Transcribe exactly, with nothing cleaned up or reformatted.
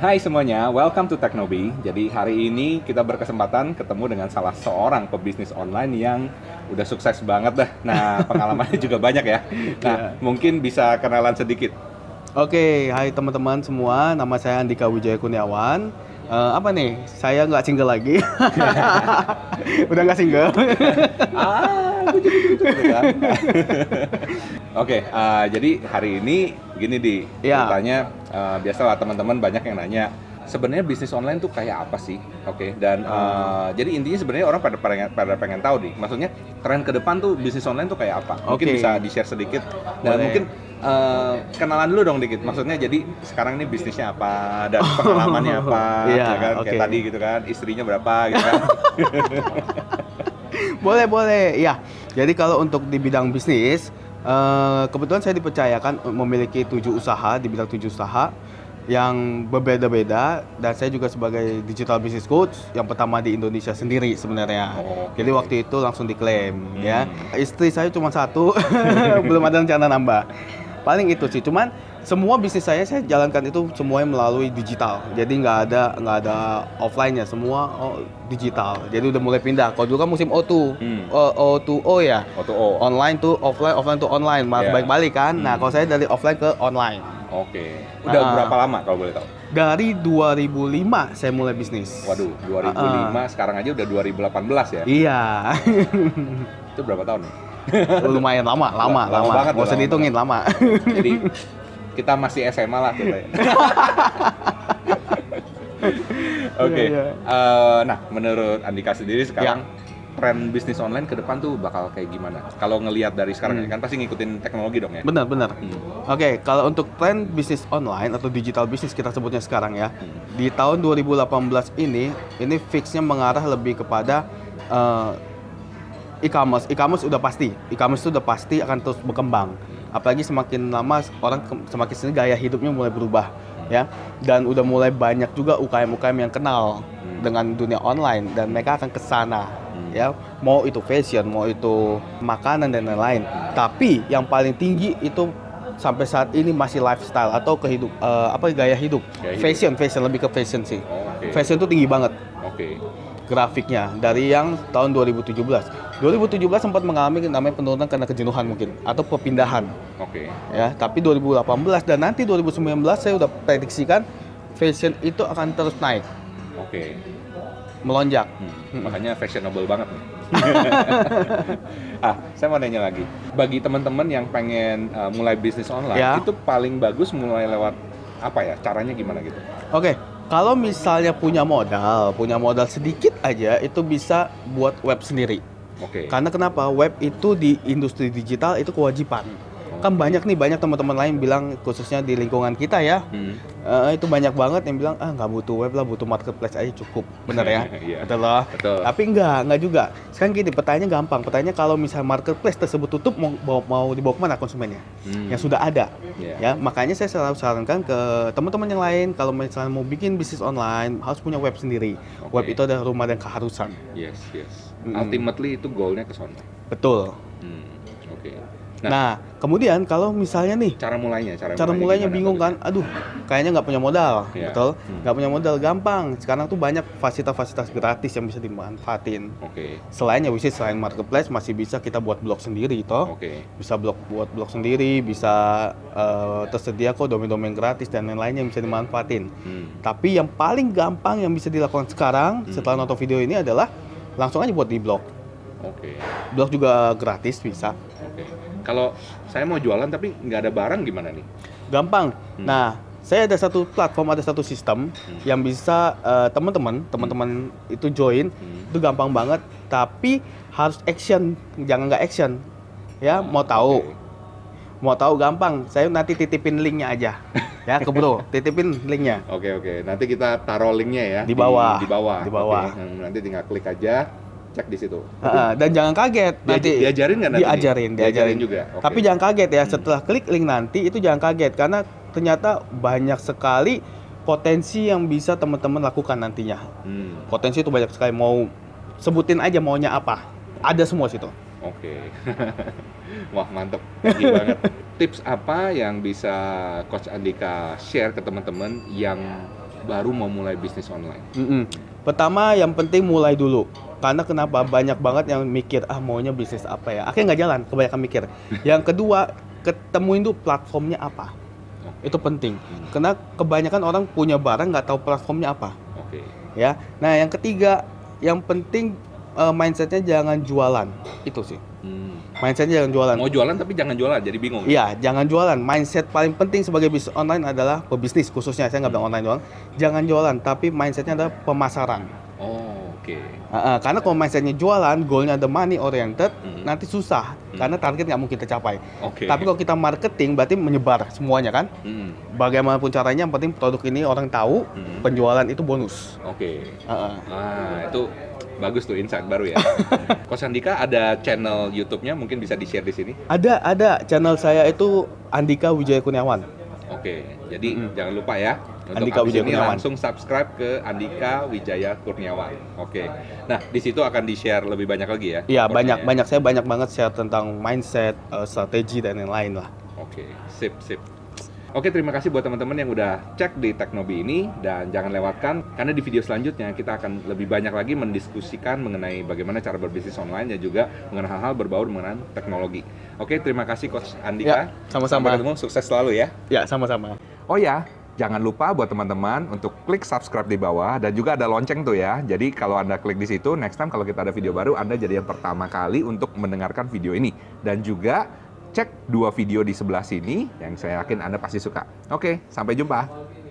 Hai semuanya, welcome to Teknobi. Jadi hari ini kita berkesempatan ketemu dengan salah seorang pebisnis online yang udah sukses banget dah. Nah, pengalamannya juga banyak ya. Nah, Yeah. mungkin bisa kenalan sedikit. Oke, hai teman-teman semua, nama saya Andika Wijaya Kurniawan. Eh, apa nih? Saya nggak single lagi. Udah nggak single. Ah, bujuk-bujuk gitu kan. Oke, eh, jadi hari ini gini di Iya. ceritanya, eh, biasalah teman-teman banyak yang nanya, sebenarnya bisnis online tuh kayak apa sih? Oke, dan eh, jadi intinya sebenarnya orang pada pengen, pada pengen tahu nih, maksudnya tren ke depan tuh bisnis online tuh kayak apa? Mungkin Oke. bisa di-share sedikit dan Boleh. mungkin eh, kenalan dulu dong dikit. Maksudnya jadi sekarang ini bisnisnya apa dan pengalamannya apa, Iya, ya kan? oke. Kayak tadi gitu kan, istrinya berapa gitu kan? Boleh, boleh. Ya, jadi kalau untuk di bidang bisnis, eh, kebetulan saya dipercayakan memiliki tujuh usaha di bidang tujuh usaha yang berbeda-beda, dan saya juga sebagai digital business coach yang pertama di Indonesia sendiri sebenarnya. Oh, oke. Jadi waktu itu langsung diklaim ya. Hmm. Istri saya cuma satu, belum ada rencana nambah. Paling itu sih. Cuman semua bisnis saya saya jalankan itu semuanya melalui digital. Jadi nggak ada nggak ada offline-nya, semua oh, digital. Jadi udah mulai pindah. Kalau dulu kan musim O dua, Hmm. O, O to O ya. Auto O. Online to offline, offline to online, malah Yeah. balik-balik kan. Nah, Hmm. kalau saya dari offline ke online. Oke. Udah Ah. berapa lama kalau boleh tahu? Dari dua ribu lima saya mulai bisnis. Waduh, dua ribu lima, sekarang aja udah dua ribu delapan belas ya? Iya. Itu berapa tahun nih? Lumayan lama, lama, Lama lama. banget, Nggak usah lama dihitungin, lama. Jadi kita masih S M A lah kita ya. Oke. Iya, iya. Eh, nah, menurut Andika sendiri sekarang tren bisnis online ke depan tuh bakal kayak gimana? Kalau ngelihat dari sekarang Hmm. kan pasti ngikutin teknologi dong ya? Benar, benar. Hmm. Oke, kalau untuk tren bisnis online atau digital bisnis kita sebutnya sekarang ya, Hmm. di tahun dua ribu delapan belas ini, ini fixnya mengarah lebih kepada eh, e-commerce. E-commerce udah pasti, e-commerce itu udah pasti akan terus berkembang. Apalagi semakin lama orang ke- semakin sini gaya hidupnya mulai berubah, ya. Dan udah mulai banyak juga U K M-U K M yang kenal Hmm. dengan dunia online dan mereka akan ke sana. Hmm. Ya, mau itu fashion, mau itu makanan dan lain-lain. Tapi yang paling tinggi itu sampai saat ini masih lifestyle atau kehidup eh, apa gaya hidup. Gaya hidup. Fashion, fashion lebih ke fashion sih. Oke. Fashion itu tinggi banget Oke. grafiknya dari yang tahun dua ribu tujuh belas. dua ribu tujuh belas sempat mengalami namanya penurunan karena kejenuhan mungkin atau perpindahan Oke. ya. Tapi dua ribu delapan belas dan nanti dua ribu sembilan belas saya udah prediksikan fashion itu akan terus naik, Oke. melonjak. Hmm, makanya fashionable banget nih. Ah, saya mau nanya lagi. Bagi teman-teman yang pengen uh, mulai bisnis online, Ya. itu paling bagus mulai lewat apa ya? Caranya gimana gitu? Oke, kalau misalnya punya modal, punya modal sedikit aja itu bisa buat web sendiri. Oke. Karena kenapa? Web itu di industri digital itu kewajiban. Kan banyak nih, banyak teman-teman lain bilang khususnya di lingkungan kita ya, Hmm. eh, itu banyak banget yang bilang ah nggak butuh web lah, butuh marketplace aja cukup, bener ya? Iya. Betul loh. Betul. Tapi enggak, enggak juga. Sekarang gini, pertanyaannya gampang. Pertanyaannya kalau misalnya marketplace tersebut tutup, mau, mau, mau dibawa kemana konsumennya? Hmm. Yang sudah ada. Iya. Ya, makanya saya selalu sarankan ke teman-teman yang lain kalau misalnya mau bikin bisnis online harus punya web sendiri. Oke. Web itu adalah rumah dan keharusan. Yes, yes. Mm-mm. Ultimately itu goalnya ke sana. Betul. Hmm. Oke. Nah, Nah, kemudian kalau misalnya nih cara mulainya, cara, cara mulainya gimana bingung tadi? kan, aduh kayaknya nggak punya modal, Iya. betul? Hmm. Nggak punya modal, gampang. Sekarang tuh banyak fasilitas-fasilitas gratis yang bisa dimanfaatin. Oke. Selain ya, which is selain marketplace masih bisa kita buat blog sendiri toh. Oke. Bisa blog buat blog sendiri, bisa eh, tersedia kok domain-domain gratis dan lain-lain yang bisa dimanfaatin. Hmm. Tapi yang paling gampang yang bisa dilakukan sekarang Hmm. setelah nonton video ini adalah langsung aja buat di blog. Oke. Blog juga gratis bisa. Oke. Kalau saya mau jualan tapi nggak ada barang gimana nih? Gampang. Hmm. Nah, saya ada satu platform, ada satu sistem Hmm. yang bisa eh, teman-teman, teman-teman itu join. Hmm. Itu gampang banget, tapi harus action, jangan nggak action. Ya, mau tahu. Oke. Mau tahu gampang, saya nanti titipin linknya aja. Ya, ke bro, titipin linknya. Oke oke, nanti kita taruh linknya ya Di bawah. Di, bawah. Di bawah. Oke, hmm, nanti tinggal klik aja, cek di situ. Heeh, dan jangan kaget Dia- nanti. diajarin nggak nanti? Diajarin, nih? diajarin. juga. Oke. Tapi jangan kaget ya, Hmm. setelah klik link nanti itu jangan kaget karena ternyata banyak sekali potensi yang bisa teman-teman lakukan nantinya. Hmm. Potensi itu banyak sekali, mau sebutin aja maunya apa. Ada semua situ. Oke. Wah, mantep. Tinggi banget. Tips apa yang bisa Coach Andika share ke teman-teman yang baru mau mulai bisnis online? Mm-mm. Pertama, yang penting mulai dulu. Karena kenapa? Banyak banget yang mikir, ah maunya bisnis apa ya? Akhirnya nggak jalan, kebanyakan mikir. Yang kedua, ketemuin dulu platformnya apa. Itu penting. Hmm. Karena kebanyakan orang punya barang nggak tahu platformnya apa. Oke. Ya. Nah, yang ketiga, yang penting uh, mindsetnya jangan jualan. Itu sih. Hmm. Mindsetnya jangan jualan. Mau jualan tapi jangan jualan, jadi bingung. Iya, jangan jualan. Mindset paling penting sebagai bisnis online adalah pebisnis khususnya. Saya nggak bilang online doang. Jangan jualan, tapi mindsetnya adalah pemasaran. Oh, oke. Okay. Uh, uh, karena kalau mindsetnya jualan, goalnya ada money oriented, Hmm. nanti susah. Hmm. Karena target nggak mungkin tercapai. Oke. Tapi kalau kita marketing, berarti menyebar semuanya kan. Hmm. Bagaimanapun caranya, yang penting produk ini orang tahu, Hmm. penjualan itu bonus. Oke. Uh, uh. Ah, itu bagus tuh insight baru ya. Coach Andika ada channel YouTube-nya, mungkin bisa di-share di sini. Ada, ada. Channel saya itu Andika Wijaya Kurniawan. Oke, jadi Mm-mm. jangan lupa ya. Untuk Andika abis Wijaya ini Kurniawan. langsung subscribe ke Andika Wijaya Kurniawan. Oke. Nah, di situ akan di-share lebih banyak lagi ya. Iya, coachnya banyak, ya? banyak. Saya banyak banget share tentang mindset, uh, strategi, dan lain-lain lah. Oke, sip, sip. Oke, terima kasih buat teman-teman yang udah cek di Teknobi ini, dan jangan lewatkan karena di video selanjutnya kita akan lebih banyak lagi mendiskusikan mengenai bagaimana cara berbisnis online dan juga mengenai hal-hal berbaur mengenai teknologi. Oke, terima kasih Coach Andika. Ya, sama-sama. Sampai ketemu, sukses selalu ya. Ya, sama-sama. Oh ya, jangan lupa buat teman-teman untuk klik subscribe di bawah dan juga ada lonceng tuh ya. Jadi kalau Anda klik di situ, next time kalau kita ada video baru, Anda jadi yang pertama kali untuk mendengarkan video ini. Dan juga cek dua video di sebelah sini yang saya yakin Anda pasti suka. Oke, sampai jumpa.